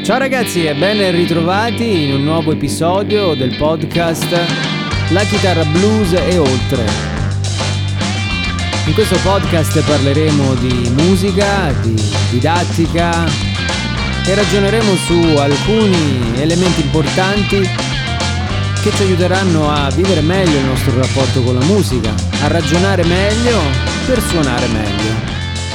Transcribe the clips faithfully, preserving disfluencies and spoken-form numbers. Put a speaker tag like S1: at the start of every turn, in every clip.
S1: Ciao ragazzi e ben ritrovati in un nuovo episodio del podcast La chitarra blues e oltre. In questo podcast parleremo di musica, di didattica e ragioneremo su alcuni elementi importanti che ci aiuteranno a vivere meglio il nostro rapporto con la musica, a ragionare meglio per suonare meglio.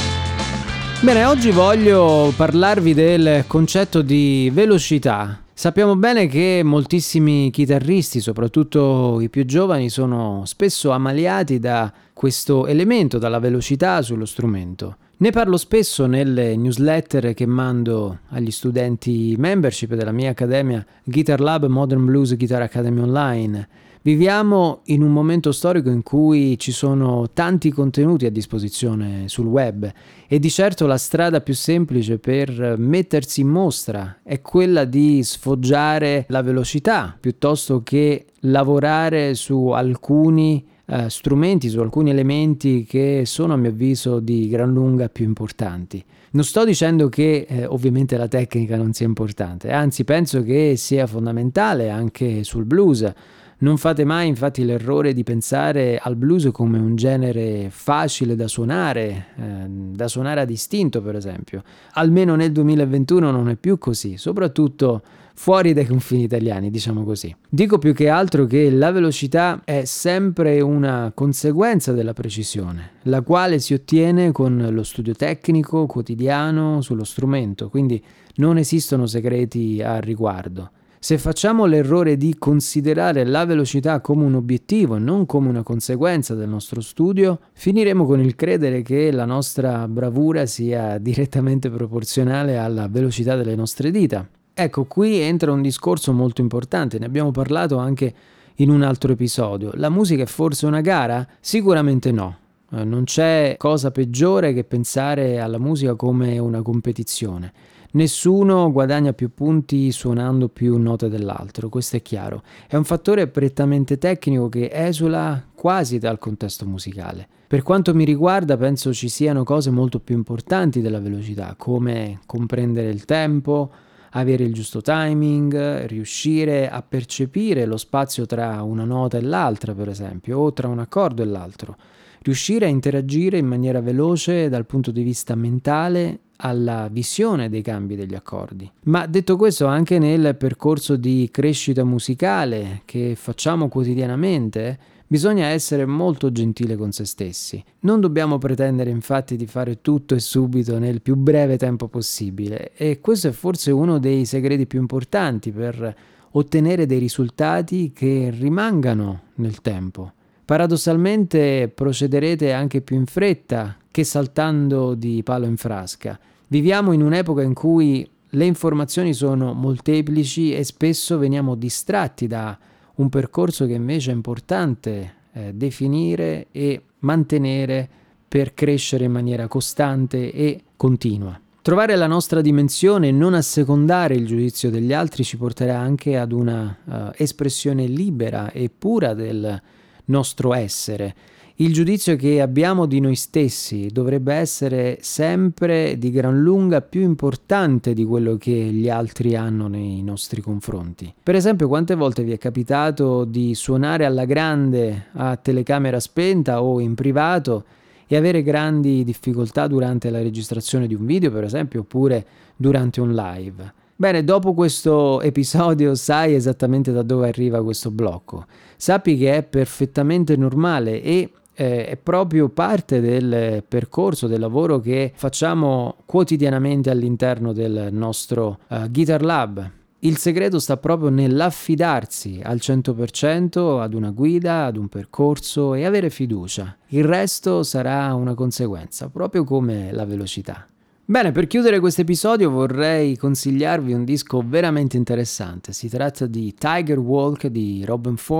S1: Bene, oggi voglio parlarvi del concetto di velocità. Sappiamo bene che moltissimi chitarristi, soprattutto i più giovani, sono spesso ammaliati da questo elemento, dalla velocità sullo strumento. Ne parlo spesso nelle newsletter che mando agli studenti membership della mia accademia Guitar Lab Modern Blues Guitar Academy Online. Viviamo in un momento storico in cui ci sono tanti contenuti a disposizione sul web e di certo la strada più semplice per mettersi in mostra è quella di sfoggiare la velocità piuttosto che lavorare su alcuni eh, strumenti, su alcuni elementi che sono a mio avviso di gran lunga più importanti. Non sto dicendo che eh, ovviamente la tecnica non sia importante, anzi penso che sia fondamentale anche sul blues. Non fate mai infatti l'errore di pensare al blues come un genere facile da suonare, eh, da suonare a distinto per esempio. Almeno nel duemilaventuno non è più così, soprattutto fuori dai confini italiani, diciamo così. Dico più che altro che la velocità è sempre una conseguenza della precisione, la quale si ottiene con lo studio tecnico quotidiano sullo strumento, quindi non esistono segreti al riguardo. Se facciamo l'errore di considerare la velocità come un obiettivo e non come una conseguenza del nostro studio, finiremo con il credere che la nostra bravura sia direttamente proporzionale alla velocità delle nostre dita. Ecco, qui entra un discorso molto importante, ne abbiamo parlato anche in un altro episodio. La musica è forse una gara? Sicuramente no. Non c'è cosa peggiore che pensare alla musica come una competizione. Nessuno guadagna più punti suonando più note dell'altro, questo è chiaro. È un fattore prettamente tecnico che esula quasi dal contesto musicale. Per quanto mi riguarda, penso ci siano cose molto più importanti della velocità, come comprendere il tempo, avere il giusto timing, riuscire a percepire lo spazio tra una nota e l'altra, per esempio, o tra un accordo e l'altro. Riuscire a interagire in maniera veloce dal punto di vista mentale alla visione dei cambi degli accordi. Ma detto questo, anche nel percorso di crescita musicale che facciamo quotidianamente, bisogna essere molto gentile con se stessi. Non dobbiamo pretendere infatti di fare tutto e subito nel più breve tempo possibile, e questo è forse uno dei segreti più importanti per ottenere dei risultati che rimangano nel tempo. Paradossalmente procederete anche più in fretta che saltando di palo in frasca. Viviamo in un'epoca in cui le informazioni sono molteplici e spesso veniamo distratti da un percorso che invece è importante eh, definire e mantenere per crescere in maniera costante e continua. Trovare la nostra dimensione e non assecondare il giudizio degli altri ci porterà anche ad una uh, espressione libera e pura del nostro essere. Il giudizio che abbiamo di noi stessi dovrebbe essere sempre di gran lunga più importante di quello che gli altri hanno nei nostri confronti. Per esempio, quante volte vi è capitato di suonare alla grande a telecamera spenta o in privato e avere grandi difficoltà durante la registrazione di un video, per esempio, oppure durante un live? Bene, dopo questo episodio sai esattamente da dove arriva questo blocco. Sappi che è perfettamente normale e eh, è proprio parte del percorso, del lavoro che facciamo quotidianamente all'interno del nostro uh, Guitar Lab. Il segreto sta proprio nell'affidarsi al cento per cento ad una guida, ad un percorso e avere fiducia. Il resto sarà una conseguenza, proprio come la velocità. Bene, per chiudere questo episodio vorrei consigliarvi un disco veramente interessante. Si tratta di Tiger Walk di Robben Ford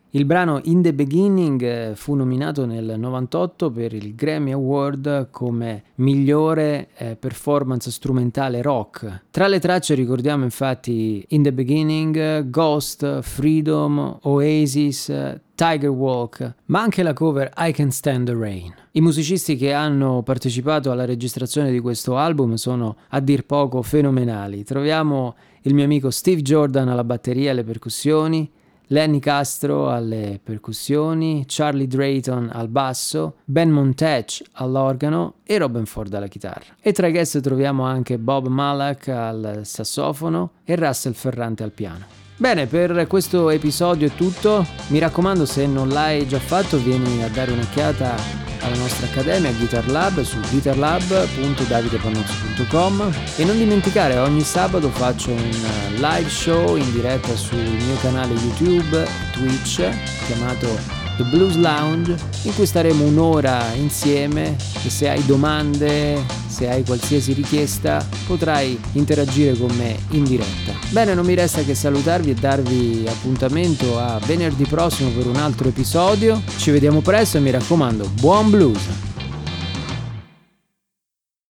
S1: Il brano In the Beginning fu nominato nel novantotto per il Grammy Award come migliore eh, performance strumentale rock. Tra le tracce ricordiamo infatti In the Beginning, Ghost, Freedom, Oasis, Tiger Walk, ma anche la cover I Can Stand the Rain. I musicisti che hanno partecipato alla registrazione di questo album sono a dir poco fenomenali. Troviamo il mio amico Steve Jordan alla batteria e alle percussioni, Lenny Castro alle percussioni, Charlie Drayton al basso, Ben Montage all'organo e Robben Ford alla chitarra. E tra i guest troviamo anche Bob Malak al sassofono e Russell Ferrante al piano. Bene, per questo episodio è tutto. Mi raccomando, se non l'hai già fatto, vieni a dare un'occhiata alla nostra accademia Guitar Lab su guitarlab punto davide pannozzi punto com e non dimenticare, ogni sabato faccio un live show in diretta sul mio canale YouTube, Twitch, chiamato The Blues Lounge, in cui staremo un'ora insieme e se hai domande, se hai qualsiasi richiesta, potrai interagire con me in diretta. Bene, non mi resta che salutarvi e darvi appuntamento a venerdì prossimo per un altro episodio. Ci vediamo presto e mi raccomando, buon blues!